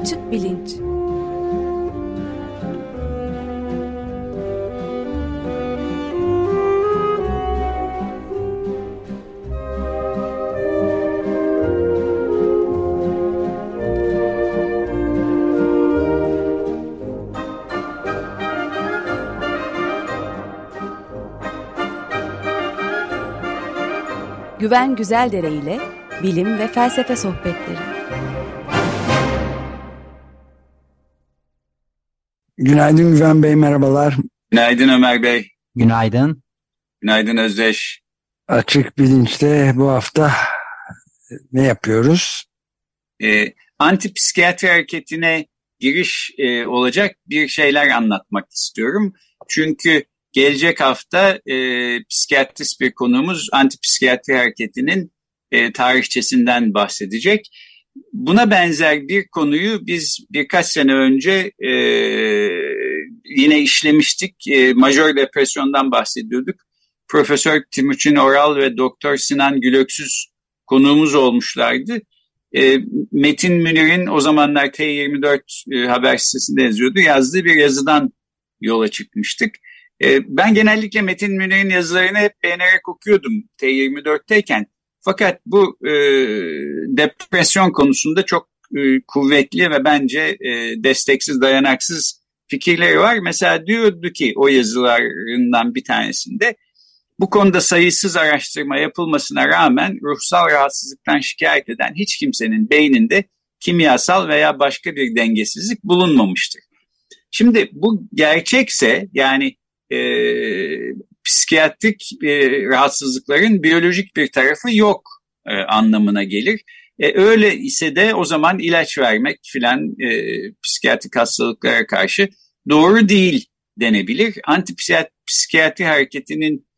Açık Bilinç. Güven Güzeldere ile bilim ve felsefe sohbetleri. Günaydın Güven Bey, merhabalar. Günaydın Ömer Bey. Günaydın. Günaydın Özdeş. Açık Bilinç'te bu hafta ne yapıyoruz? Antipsikiyatri hareketine giriş olacak bir şeyler anlatmak istiyorum. Çünkü gelecek hafta psikiyatrist bir konuğumuz antipsikiyatri hareketinin tarihçesinden bahsedecek. Buna benzer bir konuyu biz birkaç sene önce yine işlemiştik. Majör depresyondan bahsediyorduk. Profesör Timuçin Oral ve Doktor Sinan Gülöksüz konuğumuz olmuşlardı. Metin Münir'in o zamanlar T24 haber sitesinde yazıyordu. Yazdığı bir yazıdan yola çıkmıştık. Ben genellikle Metin Münir'in yazılarını hep beğenerek okuyordum T24'teyken. Fakat bu depresyon konusunda çok kuvvetli ve bence desteksiz, dayanaksız fikirleri var. Mesela diyordu ki o yazılarından bir tanesinde bu konuda sayısız araştırma yapılmasına rağmen ruhsal rahatsızlıktan şikayet eden hiç kimsenin beyninde kimyasal veya başka bir dengesizlik bulunmamıştır. Şimdi bu gerçekse yani psikiyatrik rahatsızlıkların biyolojik bir tarafı yok anlamına gelir. Öyle ise de o zaman ilaç vermek filan psikiyatrik hastalıklara karşı doğru değil denebilir. Antipsikiyatri hareketinin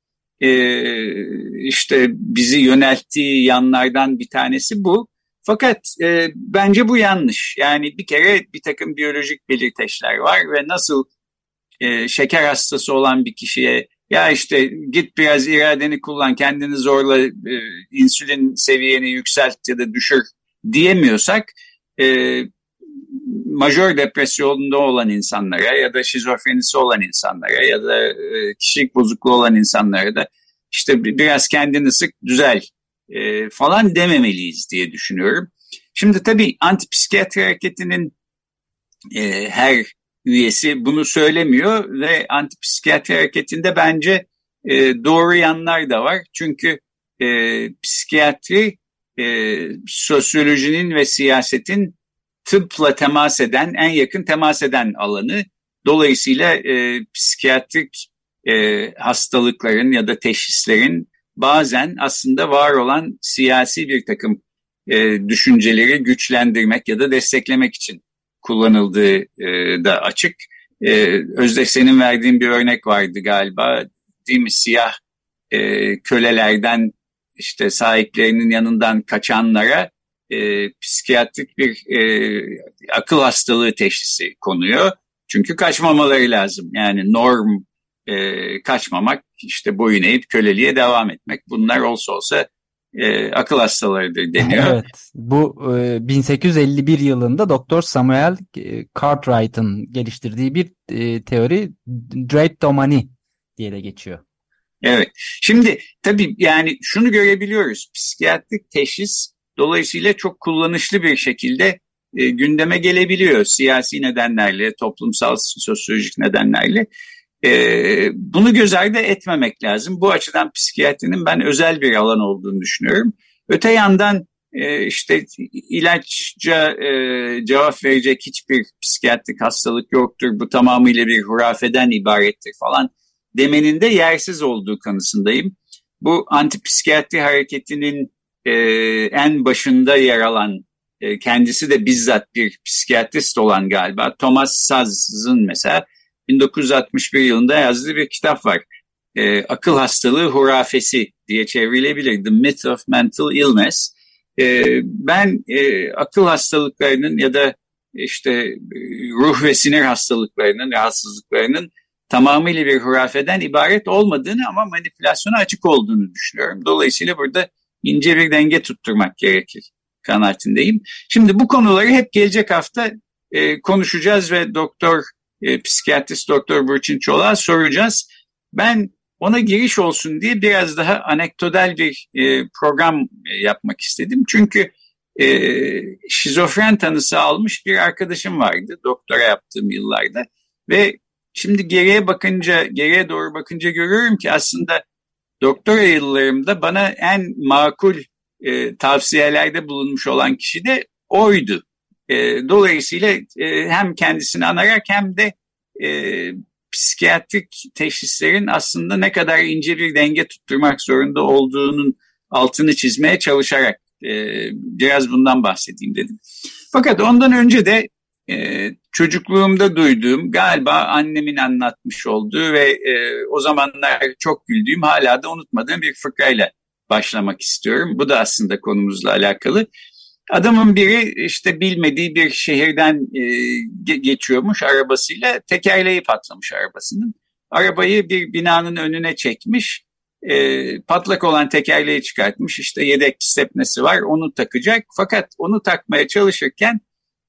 işte bizi yönelttiği yanlardan bir tanesi bu. Fakat bence bu yanlış. Yani bir kere bir takım biyolojik belirteçler var ve nasıl şeker hastası olan bir kişiye ya işte git biraz iradeni kullan, kendini zorla, insülin seviyeni yükselt ya da düşür diyemiyorsak majör depresyonda olan insanlara ya da şizofrenisi olan insanlara ya da kişilik bozukluğu olan insanlara da işte biraz kendini sık düzel falan dememeliyiz diye düşünüyorum. Şimdi tabii antipsikiyatri hareketinin her üyesi bunu söylemiyor ve antipsikiyatri hareketinde bence doğru yanlar da var. Çünkü psikiyatri sosyolojinin ve siyasetin tıpla temas eden, en yakın temas eden alanı. Dolayısıyla psikiyatrik hastalıkların ya da teşhislerin bazen aslında var olan siyasi bir takım düşünceleri güçlendirmek ya da desteklemek için kullanıldığı da açık. Özdeş, senin verdiğin bir örnek vardı galiba, değil mi? Siyah kölelerden işte sahiplerinin yanından kaçanlara psikiyatrik bir akıl hastalığı teşhisi konuyor. Çünkü kaçmamaları lazım. Yani norm kaçmamak, işte boyun eğip köleliğe devam etmek. Bunlar olsa akıl hastalarıdır deniyor. Evet, bu 1851 yılında Doktor Samuel Cartwright'ın geliştirdiği bir teori, drapetomani diye de geçiyor. Evet, şimdi tabii yani şunu görebiliyoruz. Psikiyatrik teşhis dolayısıyla çok kullanışlı bir şekilde gündeme gelebiliyor. Siyasi nedenlerle, toplumsal, sosyolojik nedenlerle. Bunu göz ardı etmemek lazım. Bu açıdan psikiyatrinin ben özel bir alan olduğunu düşünüyorum. Öte yandan işte ilaçça cevap verecek hiçbir psikiyatrik hastalık yoktur, bu tamamıyla bir hurafeden ibarettir falan demenin de yersiz olduğu kanısındayım. Bu antipsikiyatri hareketinin en başında yer alan, kendisi de bizzat bir psikiyatrist olan galiba Thomas Szatz'ın mesela 1961 yılında yazdığı bir kitap var. Akıl hastalığı hurafesi diye çevrilebilir. The Myth of Mental Illness. Ben akıl hastalıklarının ya da işte ruh ve sinir hastalıklarının, rahatsızlıklarının tamamıyla bir hurafeden ibaret olmadığını ama manipülasyona açık olduğunu düşünüyorum. Dolayısıyla burada ince bir denge tutturmak gerekir kanaatindeyim. Şimdi bu konuları hep gelecek hafta konuşacağız ve psikiyatrist Doktor Burçin Çolak'a soracağız. Ben ona giriş olsun diye biraz daha anekdotal bir program yapmak istedim. Çünkü şizofren tanısı almış bir arkadaşım vardı doktora yaptığım yıllarda ve şimdi geriye doğru bakınca görüyorum ki aslında doktora yıllarımda bana en makul tavsiyelerde bulunmuş olan kişi de oydu. Dolayısıyla hem kendisini anarak hem de psikiyatrik teşhislerin aslında ne kadar ince bir denge tutturmak zorunda olduğunun altını çizmeye çalışarak biraz bundan bahsedeyim dedim. Fakat ondan önce de çocukluğumda duyduğum, galiba annemin anlatmış olduğu ve o zamanlar çok güldüğüm, hala da unutmadığım bir fıkrayla başlamak istiyorum. Bu da aslında konumuzla alakalı. Adamın biri işte bilmediği bir şehirden geçiyormuş arabasıyla, tekerleği patlamış arabasının. Arabayı bir binanın önüne çekmiş, patlak olan tekerleği çıkartmış, işte yedek stepnesi var, onu takacak. Fakat onu takmaya çalışırken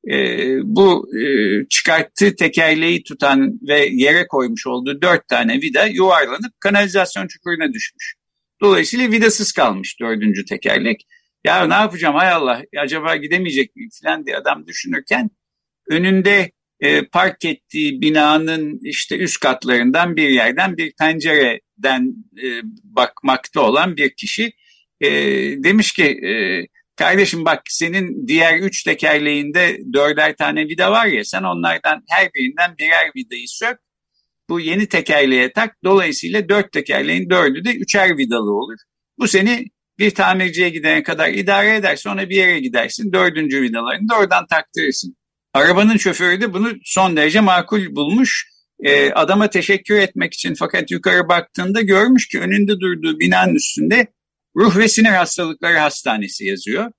bu çıkarttığı tekerleği tutan ve yere koymuş olduğu 4 tane vida yuvarlanıp kanalizasyon çukuruna düşmüş. Dolayısıyla vidasız kalmış 4. tekerlek. Ya ne yapacağım, hay Allah, acaba gidemeyecek miyim falan diye adam düşünürken önünde park ettiği binanın işte üst katlarından bir yerden, bir pencereden bakmakta olan bir kişi demiş ki kardeşim bak, senin diğer 3 tekerleğinde 4'er tane vida var ya, sen onlardan her birinden birer vidayı sök, bu yeni tekerleğe tak, dolayısıyla 4 tekerleğin 4'ü de 3'er vidalı olur. Bu seni bir tamirciye gidene kadar idare eder, sonra bir yere gidersin, 4. vidalarını da oradan taktırırsın. Arabanın şoförü de bunu son derece makul bulmuş. Adama teşekkür etmek için, fakat yukarı baktığında görmüş ki önünde durduğu binanın üstünde Ruh ve Sinir Hastalıkları Hastanesi yazıyor.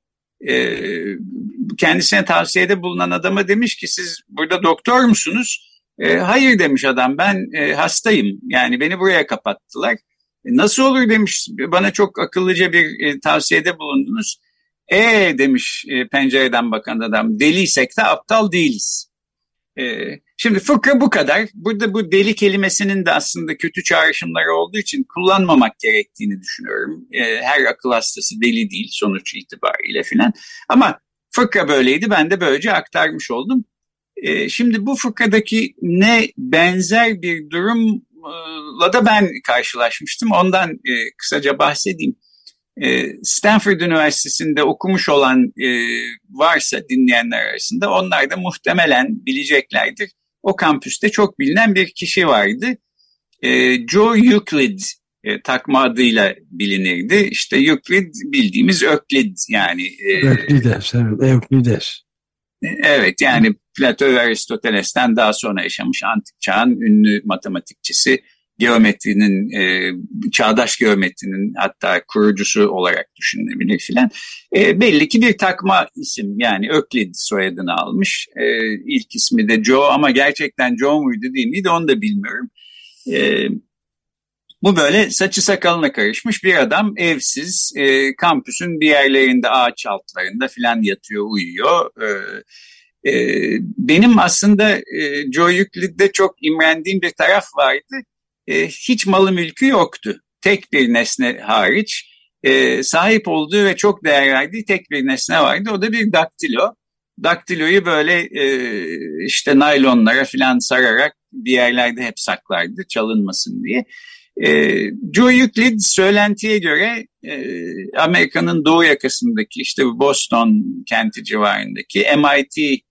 Kendisine tavsiyede bulunan adama demiş ki, siz burada doktor musunuz? Hayır demiş adam, ben hastayım, yani beni buraya kapattılar. Nasıl olur demiş, bana çok akıllıca bir tavsiyede bulundunuz. Demiş pencereden bakan adam, deliysek de aptal değiliz. Şimdi fıkra bu kadar. Burada bu deli kelimesinin de aslında kötü çağrışımları olduğu için kullanmamak gerektiğini düşünüyorum. Her akıl hastası deli değil sonuç itibariyle filan. Ama fıkra böyleydi, ben de böylece aktarmış oldum. Şimdi bu fıkradaki ne benzer bir durumla da ben karşılaşmıştım. Ondan kısaca bahsedeyim. Stanford Üniversitesi'nde okumuş olan varsa dinleyenler arasında, onlar da muhtemelen bileceklerdir. O kampüste çok bilinen bir kişi vardı. Joe Euclid takma adıyla bilinirdi. İşte Euclid bildiğimiz Öklid yani. Öklides, evet, Öklides. Evet, yani Plato ve Aristoteles'ten daha sonra yaşamış antik çağın ünlü matematikçisi, geometrinin, çağdaş geometrinin hatta kurucusu olarak düşünülebilir filan. Belli ki bir takma isim, yani Öklid soyadını almış. İlk ismi de Joe, ama gerçekten Joe muydu değil miydi onu da bilmiyorum. Bu böyle saçı sakalına karışmış bir adam, evsiz, kampüsün bir yerlerinde, ağaç altlarında filan yatıyor, uyuyor. Benim aslında Joe Euclid'de çok imrendiğim bir taraf vardı. Hiç malı mülkü yoktu. Tek bir nesne hariç sahip olduğu ve çok değer verdiği tek bir nesne vardı. O da bir daktilo. Daktiloyu böyle işte naylonlara filan sararak bir yerlerde hep saklardı, çalınmasın diye. Joe Euclid söylentiye göre Amerika'nın doğu yakasındaki, işte Boston kenti civarındaki MIT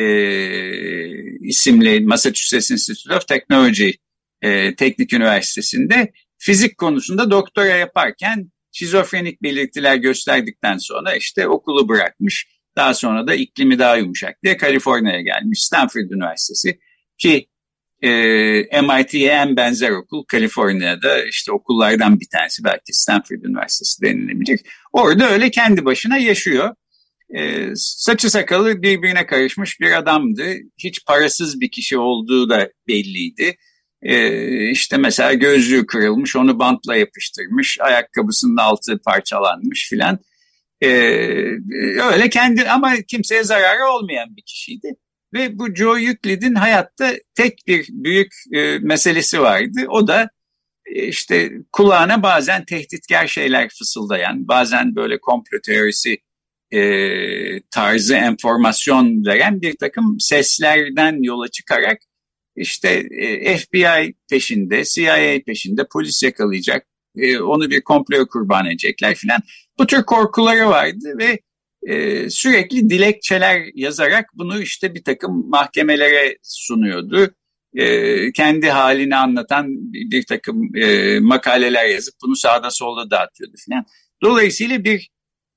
isimli Massachusetts Institute of Technology Teknik Üniversitesi'nde fizik konusunda doktora yaparken şizofrenik belirtiler gösterdikten sonra işte okulu bırakmış. Daha sonra da iklimi daha yumuşak diye Kaliforniya'ya gelmiş. Stanford Üniversitesi ki MIT'ye en benzer okul Kaliforniya'da, işte okullardan bir tanesi, belki Stanford Üniversitesi denilebilir. Orada öyle kendi başına yaşıyor. Saçı sakalı birbirine karışmış bir adamdı. Hiç parasız bir kişi olduğu da belliydi. İşte mesela gözlüğü kırılmış, onu bantla yapıştırmış, ayakkabısının altı parçalanmış filan. Öyle kendi, ama kimseye zararı olmayan bir kişiydi. Ve bu Joe Euclid'in hayatta tek bir büyük meselesi vardı. O da işte kulağına bazen tehditkar şeyler fısıldayan, bazen böyle komplo teorisi tarzı enformasyon veren bir takım seslerden yola çıkarak işte FBI peşinde, CIA peşinde, polis yakalayacak, onu bir komploya kurban edecekler filan. Bu tür korkuları vardı ve sürekli dilekçeler yazarak bunu işte bir takım mahkemelere sunuyordu. Kendi halini anlatan bir takım makaleler yazıp bunu sağda solda dağıtıyordu filan. Dolayısıyla bir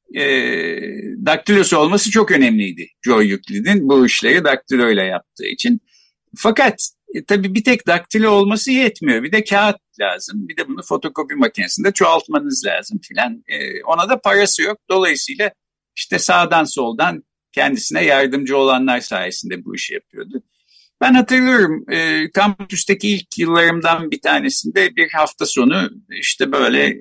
daktilosu olması çok önemliydi Joe Euclid'in, bu işleri daktiloyla yaptığı için. Fakat tabii bir tek daktilo olması yetmiyor. Bir de kağıt lazım. Bir de bunu fotokopi makinesinde çoğaltmanız lazım filan. Ona da parası yok. Dolayısıyla işte sağdan soldan kendisine yardımcı olanlar sayesinde bu işi yapıyordu. Ben hatırlıyorum kampüsteki ilk yıllarımdan bir tanesinde bir hafta sonu işte böyle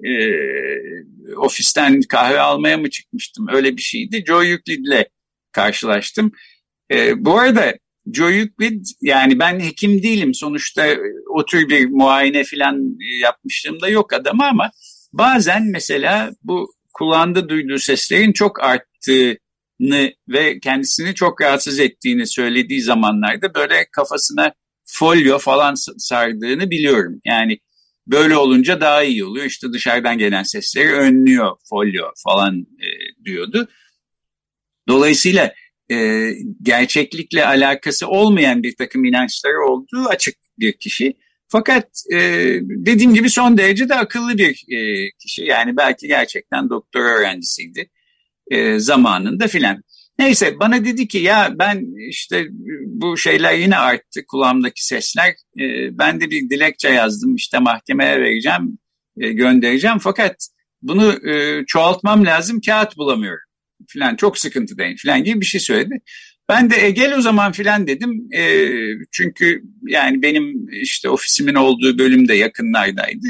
ofisten kahve almaya mı çıkmıştım, öyle bir şeydi. Joe Euclid'le karşılaştım. Bu arada Joe Euclid, yani ben hekim değilim sonuçta, o tür bir muayene falan yapmışlığım da yok adama, ama bazen mesela bu kulağında duyduğu seslerin çok arttığını ve kendisini çok rahatsız ettiğini söylediği zamanlarda böyle kafasına folyo falan sardığını biliyorum. Yani böyle olunca daha iyi oluyor, işte dışarıdan gelen sesleri önlüyor folyo falan diyordu. Dolayısıyla gerçeklikle alakası olmayan bir takım inançları olduğu açık bir kişi. Fakat dediğim gibi son derece de akıllı bir kişi. Yani belki gerçekten doktor öğrencisiydi zamanında filan. Neyse, bana dedi ki ya ben işte bu şeyler yine arttı, kulağımdaki sesler. Ben de bir dilekçe yazdım, işte mahkemeye vereceğim, göndereceğim. Fakat bunu çoğaltmam lazım, kağıt bulamıyorum filan, çok sıkıntıdayım filan gibi bir şey söyledi. Ben de gel o zaman filan dedim. Çünkü yani benim işte ofisimin olduğu bölüm de yakınlardaydı.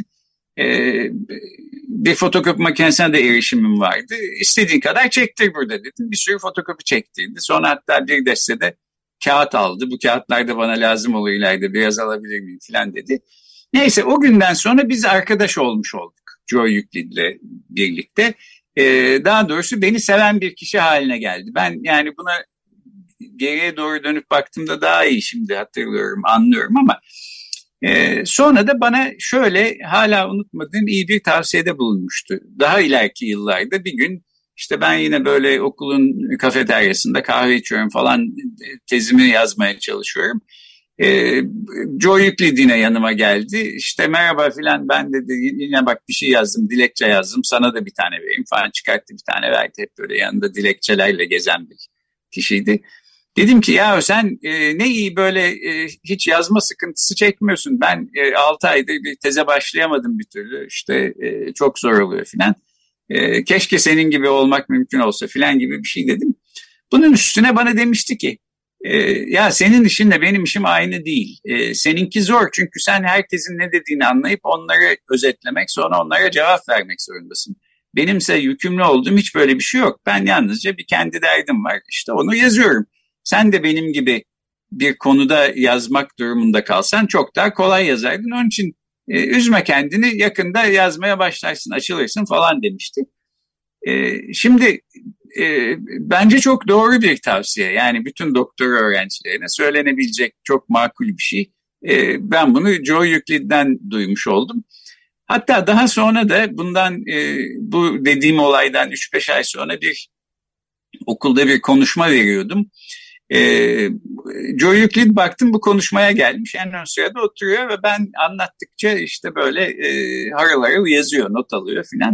Bir fotokopi makinesine de erişimim vardı. İstediğin kadar çektir burada dedim. Bir sürü fotokopi çektirdi. Sonra hatta bir destede kağıt aldı. Bu kağıtlar da bana lazım olur ileride, biraz alabilir miyim filan dedi. Neyse, o günden sonra biz arkadaş olmuş olduk Joe Euclid'le birlikte. Daha doğrusu beni seven bir kişi haline geldi. Ben yani buna geriye doğru dönüp baktığımda daha iyi şimdi hatırlıyorum, anlıyorum, ama sonra da bana şöyle hala unutmadığım iyi bir tavsiyede bulunmuştu. Daha ileriki yıllarda bir gün işte ben yine böyle okulun kafeteryasında kahve içiyorum falan, tezimi yazmaya çalışıyorum. Joe Euclid yine yanıma geldi. İşte merhaba filan, ben dedi yine bak bir şey yazdım, dilekçe yazdım, sana da bir tane vereyim falan, çıkarttı bir tane verdi. Hep böyle yanında dilekçelerle gezen bir kişiydi. Dedim ki ya sen ne iyi böyle hiç yazma sıkıntısı çekmiyorsun. Ben 6 aydır bir teze başlayamadım bir türlü. İşte çok zor oluyor filan. Keşke senin gibi olmak mümkün olsa filan gibi bir şey dedim. Bunun üstüne bana demişti ki ya senin işinle benim işim aynı değil. Seninki zor çünkü sen herkesin ne dediğini anlayıp onları özetlemek, sonra onlara cevap vermek zorundasın. Benimse yükümlü olduğum hiç böyle bir şey yok. Ben yalnızca bir kendi derdim var. İşte onu yazıyorum. Sen de benim gibi bir konuda yazmak durumunda kalsan çok daha kolay yazardın. Onun için üzme kendini, yakında yazmaya başlarsın, açılırsın falan demişti. Şimdi bence çok doğru bir tavsiye. Yani bütün doktor öğrencilerine söylenebilecek çok makul bir şey. Ben bunu Joe Euclid'den duymuş oldum. Hatta daha sonra da bundan bu dediğim olaydan 3-5 ay sonra bir okulda bir konuşma veriyordum. Joe Euclid baktım bu konuşmaya gelmiş, en ön sırada oturuyor ve ben anlattıkça işte böyle harıl harıl yazıyor, not alıyor filan.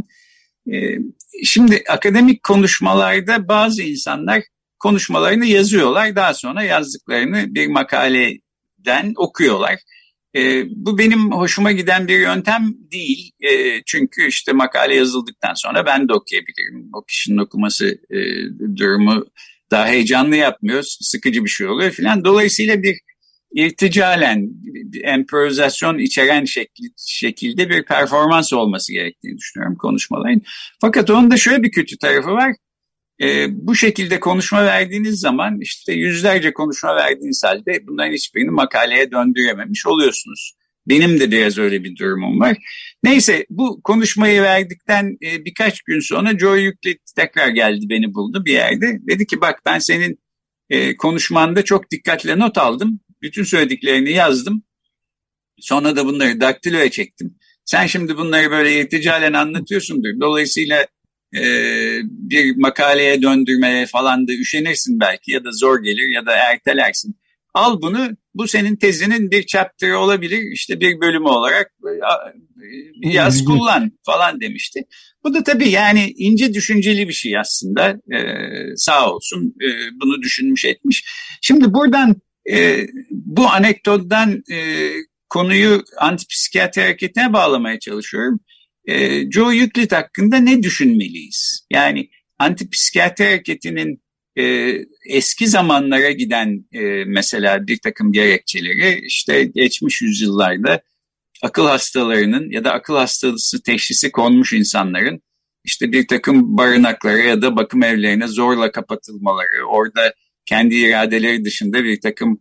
Şimdi akademik konuşmalarda bazı insanlar konuşmalarını yazıyorlar, daha sonra yazdıklarını bir makaleden okuyorlar. Bu benim hoşuma giden bir yöntem değil. Çünkü işte makale yazıldıktan sonra ben de okuyabilirim. O kişinin okuması durumu daha heyecanlı yapmıyor, sıkıcı bir şey oluyor filan. Dolayısıyla bir irticalen, bir emprovizasyon içeren şekilde bir performans olması gerektiğini düşünüyorum konuşmaların. Fakat onun da şöyle bir kötü tarafı var. Bu şekilde konuşma verdiğiniz zaman işte yüzlerce konuşma verdiğiniz halde bunların hiçbirini makaleye döndürememiş oluyorsunuz. Benim de biraz öyle bir durumum var. Neyse, bu konuşmayı verdikten birkaç gün sonra Joe Euclid tekrar geldi, beni buldu bir yerde. Dedi ki bak, ben senin konuşmanda çok dikkatle not aldım. Bütün söylediklerini yazdım. Sonra da bunları daktiloya çektim. Sen şimdi bunları böyle irticalen anlatıyorsundur. Dolayısıyla bir makaleye döndürmeye falan da üşenirsin belki, ya da zor gelir ya da ertelersin. Al bunu, bu senin tezinin bir chapter olabilir, işte bir bölümü olarak yaz, kullan falan demişti. Bu da tabii yani ince düşünceli bir şey aslında, sağ olsun bunu düşünmüş etmiş. Şimdi buradan bu anekdottan konuyu antipsikiyatri hareketine bağlamaya çalışıyorum. Joe Euclid hakkında ne düşünmeliyiz? Yani antipsikiyatri hareketinin eski zamanlara giden mesela bir takım gerekçeleri, işte geçmiş yüzyıllarda akıl hastalarının ya da akıl hastası teşhisi konmuş insanların işte bir takım barınaklara ya da bakım evlerine zorla kapatılmaları, orada kendi iradeleri dışında bir takım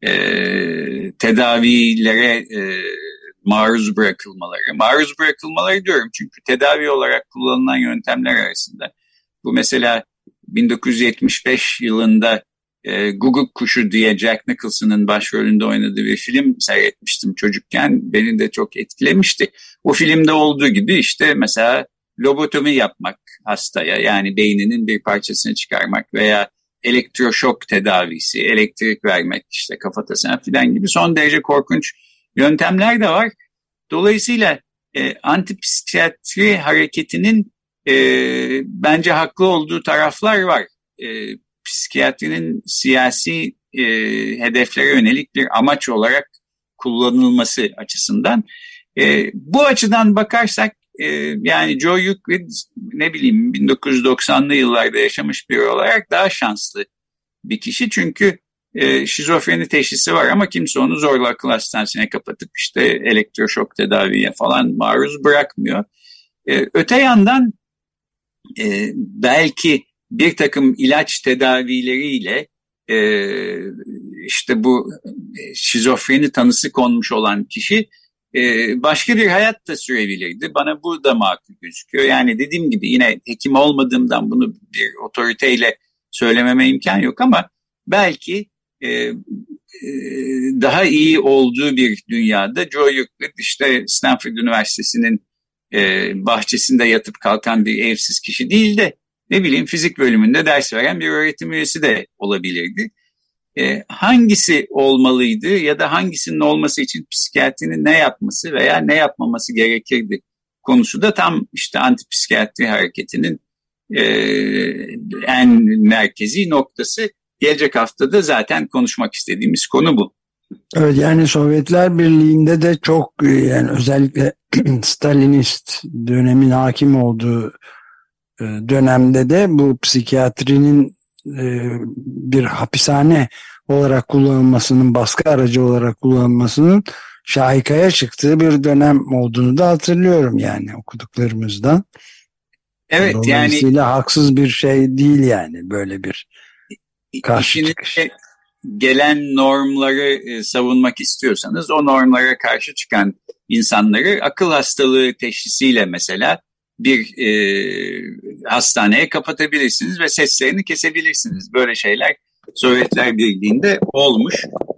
tedavilere maruz bırakılmaları diyorum çünkü tedavi olarak kullanılan yöntemler arasında bu mesela 1975 yılında Guguk Kuşu diye Jack Nicholson'ın başrolünde oynadığı bir film seyretmiştim çocukken, beni de çok etkilemişti. O filmde olduğu gibi işte mesela lobotomi yapmak hastaya, yani beyninin bir parçasını çıkarmak veya elektroşok tedavisi, elektrik vermek işte kafatasına filan gibi son derece korkunç yöntemler de var. Dolayısıyla antipsikiyatri hareketinin bence haklı olduğu taraflar var. Psikiyatrinin siyasi hedeflere yönelik bir amaç olarak kullanılması açısından. Bu açıdan bakarsak yani Joe Euclid ne bileyim 1990'lı yıllarda yaşamış biri olarak daha şanslı bir kişi. Çünkü şizofreni teşhisi var ama kimse onu zorla akıl hastanesine kapatıp işte elektroşok tedaviye falan maruz bırakmıyor. Öte yandan belki bir takım ilaç tedavileriyle işte bu şizofreni tanısı konmuş olan kişi başka bir hayat da sürebilirdi. Bana bu da makul gözüküyor. Yani dediğim gibi yine hekim olmadığımdan bunu bir otoriteyle söylememe imkan yok ama belki daha iyi olduğu bir dünyada Joe Euclid işte Stanford Üniversitesi'nin bahçesinde yatıp kalkan bir evsiz kişi değil de ne bileyim fizik bölümünde ders veren bir öğretim üyesi de olabilirdi. Hangisi olmalıydı ya da hangisinin olması için psikiyatrinin ne yapması veya ne yapmaması gerekirdi konusu da tam işte antipsikiyatri hareketinin en merkezi noktası. Gelecek haftada zaten konuşmak istediğimiz konu bu. Evet, yani Sovyetler Birliği'nde de çok, yani özellikle Stalinist dönemin hakim olduğu dönemde de bu psikiyatrinin bir hapishane olarak kullanılmasının, baskı aracı olarak kullanılmasının şahikaya çıktığı bir dönem olduğunu da hatırlıyorum yani okuduklarımızdan. Evet, dolayısıyla yani haksız bir şey değil yani böyle bir karşı çıkış. Gelen normları savunmak istiyorsanız o normlara karşı çıkan insanları akıl hastalığı teşhisiyle mesela bir hastaneye kapatabilirsiniz ve seslerini kesebilirsiniz. Böyle şeyler Sovyetler Birliği'nde olmuş.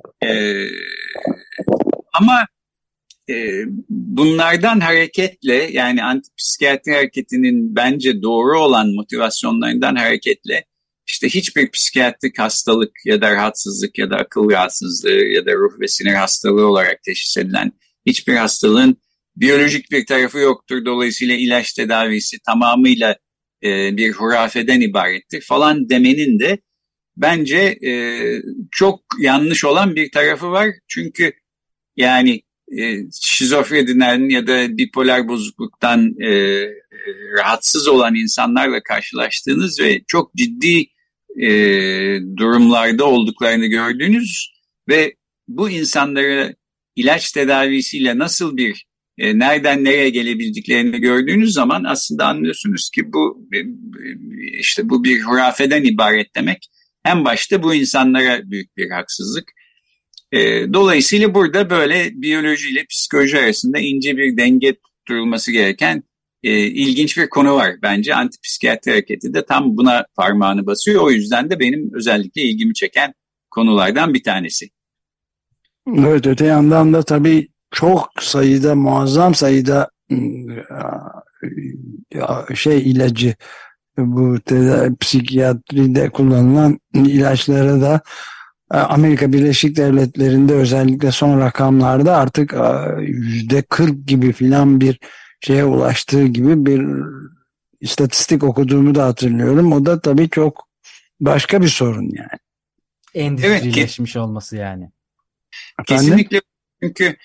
Ama bunlardan hareketle, yani antipsikiyatri hareketinin bence doğru olan motivasyonlarından hareketle işte hiçbir psikiyatrik hastalık ya da rahatsızlık ya da akıl rahatsızlığı ya da ruh ve sinir hastalığı olarak teşhis edilen hiçbir hastalığın biyolojik bir tarafı yoktur. Dolayısıyla ilaç tedavisi tamamıyla bir hurafeden ibarettir falan demenin de bence çok yanlış olan bir tarafı var. Çünkü yani şizofreniden ya da bipolar bozukluktan rahatsız olan insanlarla karşılaştığınız ve çok ciddi durumlarda olduklarını gördüğünüz ve bu insanlara ilaç tedavisiyle nasıl bir nereden nereye gelebildiklerini gördüğünüz zaman aslında anlıyorsunuz ki bu işte bu bir hurafeden ibaret demek en başta bu insanlara büyük bir haksızlık. Dolayısıyla burada böyle biyolojiyle psikoloji arasında ince bir denge tutturulması gereken ilginç bir konu var. Bence antipsikiyatri hareketi de tam buna parmağını basıyor. O yüzden de benim özellikle ilgimi çeken konulardan bir tanesi. Evet, öte yandan da tabii çok sayıda, muazzam sayıda ilacı, bu psikiyatride kullanılan ilaçlara da Amerika Birleşik Devletleri'nde özellikle son rakamlarda artık %40 gibi filan bir şeye ulaştığı gibi bir istatistik okuduğumu da hatırlıyorum. O da tabii çok başka bir sorun yani. Endüstrileşmiş olması yani. Efendim? Kesinlikle, çünkü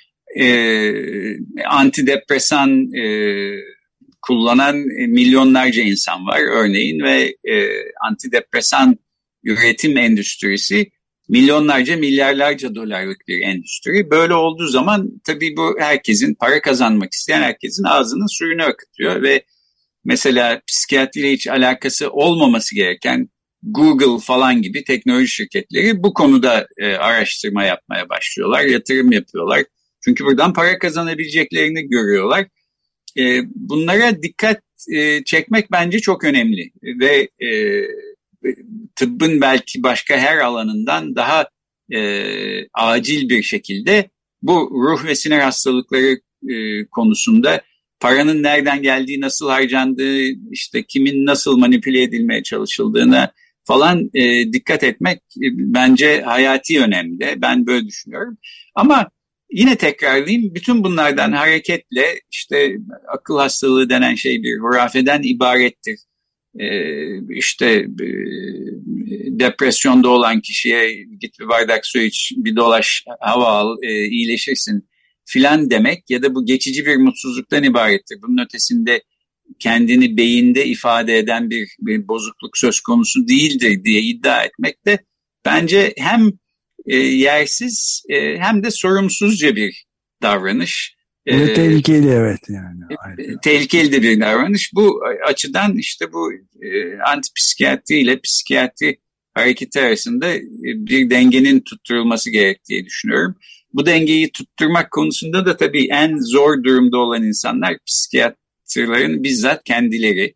antidepresan kullanan milyonlarca insan var örneğin ve antidepresan üretim endüstrisi milyonlarca, milyarlarca dolarlık bir endüstri. Böyle olduğu zaman tabii bu herkesin, para kazanmak isteyen herkesin ağzının suyunu akıtıyor ve mesela psikiyatriyle hiç alakası olmaması gereken Google falan gibi teknoloji şirketleri bu konuda araştırma yapmaya başlıyorlar, yatırım yapıyorlar. Çünkü buradan para kazanabileceklerini görüyorlar. Bunlara dikkat çekmek bence çok önemli ve tıbbın belki başka her alanından daha acil bir şekilde bu ruh ve sinir hastalıkları konusunda paranın nereden geldiği, nasıl harcandığı, işte kimin nasıl manipüle edilmeye çalışıldığına falan dikkat etmek bence hayati önemli. Ben böyle düşünüyorum. Ama yine tekrarlayayım, bütün bunlardan hareketle işte akıl hastalığı denen şey bir hurafeden ibarettir. İşte depresyonda olan kişiye git bir bardak su iç, bir dolaş, hava al, iyileşirsin filan demek ya da bu geçici bir mutsuzluktan ibarettir. Bunun ötesinde kendini beyinde ifade eden bir bozukluk söz konusu değildir diye iddia etmek de bence hem yersiz hem de sorumsuzca bir davranış. Ve tehlikeli, evet yani. Tehlikeli de bir davranış. Bu açıdan işte bu antipsikiyatri ile psikiyatri hareketi arasında bir dengenin tutturulması gerektiği düşünüyorum. Bu dengeyi tutturmak konusunda da tabii en zor durumda olan insanlar psikiyatrların bizzat kendileri.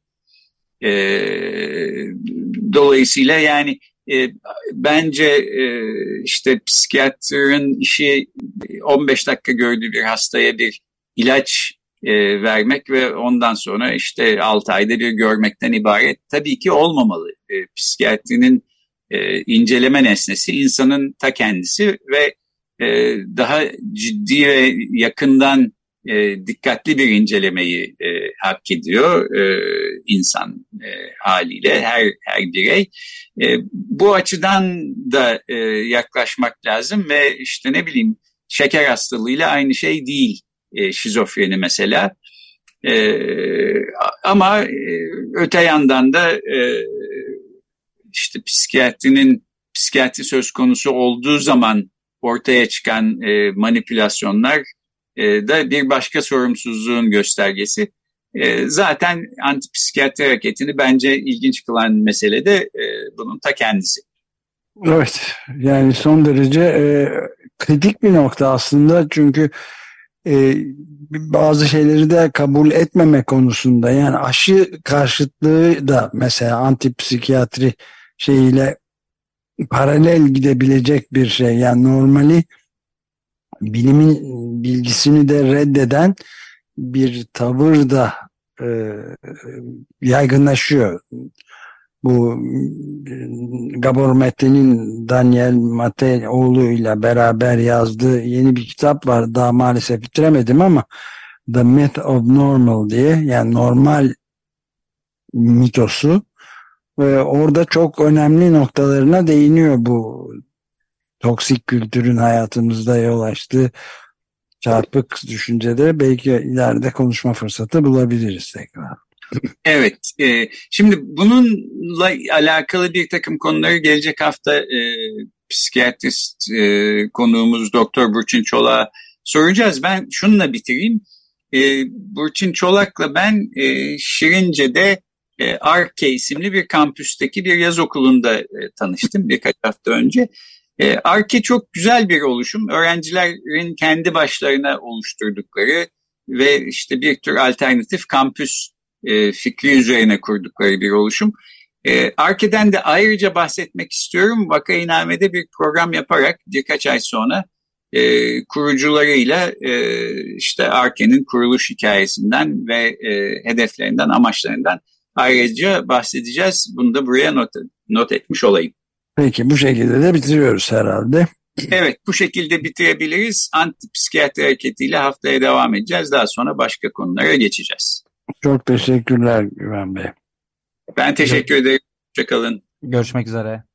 Dolayısıyla yani bence işte psikiyatrın işi 15 dakika gördüğü bir hastaya bir ilaç vermek ve ondan sonra işte 6 ayda bir görmekten ibaret tabii ki olmamalı. Psikiyatrinin inceleme nesnesi insanın ta kendisi ve daha ciddi ve yakından dikkatli bir incelemeyi hak ediyor insan haliyle her birey. Bu açıdan da yaklaşmak lazım ve işte ne bileyim şeker hastalığıyla aynı şey değil şizofreni mesela. Ama öte yandan da işte psikiyatri söz konusu olduğu zaman ortaya çıkan manipülasyonlar da bir başka sorumsuzluğun göstergesi. Zaten antipsikiyatri hareketini bence ilginç kılan mesele de bunun ta kendisi. Evet, yani son derece kritik bir nokta aslında, çünkü bazı şeyleri de kabul etmeme konusunda, yani aşı karşıtlığı da mesela antipsikiyatri şeyiyle paralel gidebilecek bir şey. Yani normali, bilimin bilgisini de reddeden bir tavır da yaygınlaşıyor. Bu Gabor Mate'nin, Daniel Mate oğluyla beraber yazdığı yeni bir kitap var. Daha maalesef bitiremedim ama The Myth of Normal diye, yani normal mitosu, ve orada çok önemli noktalarına değiniyor bu toksik kültürün hayatımızda yol açtığı çarpık düşünceleri. Belki ileride konuşma fırsatı bulabiliriz tekrar. Evet, şimdi bununla alakalı bir takım konuları gelecek hafta psikiyatrist konuğumuz Doktor Burçin Çolak'a soracağız. Ben şununla bitireyim. Burçin Çolak'la ben Şirince'de Arke isimli bir kampüsteki bir yaz okulunda tanıştım birkaç hafta önce. Arke çok güzel bir oluşum. Öğrencilerin kendi başlarına oluşturdukları ve işte bir tür alternatif kampüs fikri üzerine kurdukları bir oluşum. Arke'den de ayrıca bahsetmek istiyorum. Vakainame'de bir program yaparak birkaç ay sonra kurucularıyla işte Arke'nin kuruluş hikayesinden ve hedeflerinden, amaçlarından ayrıca bahsedeceğiz. Bunu da buraya not etmiş olayım. Peki bu şekilde de bitiriyoruz herhalde. Evet, bu şekilde bitirebiliriz. Antipsikiyatri hareketiyle haftaya devam edeceğiz. Daha sonra başka konulara geçeceğiz. Çok teşekkürler Güven Bey. Ben teşekkür ederim. Hoşça kalın. Görüşmek üzere.